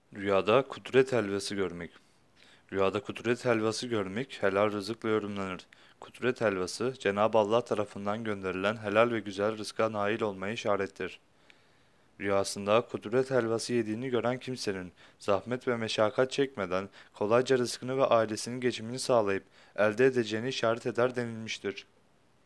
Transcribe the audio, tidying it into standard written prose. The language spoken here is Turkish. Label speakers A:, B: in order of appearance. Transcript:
A: Rüyada kudret helvası görmek. Rüyada kudret helvası görmek helal rızıkla yorumlanır. Kudret helvası Cenab-ı Allah tarafından gönderilen helal ve güzel rızka nail olmaya işarettir. Rüyasında kudret helvası yediğini gören kimsenin zahmet ve meşakkat çekmeden kolayca rızkını ve ailesinin geçimini sağlayıp elde edeceğini işaret eder denilmiştir.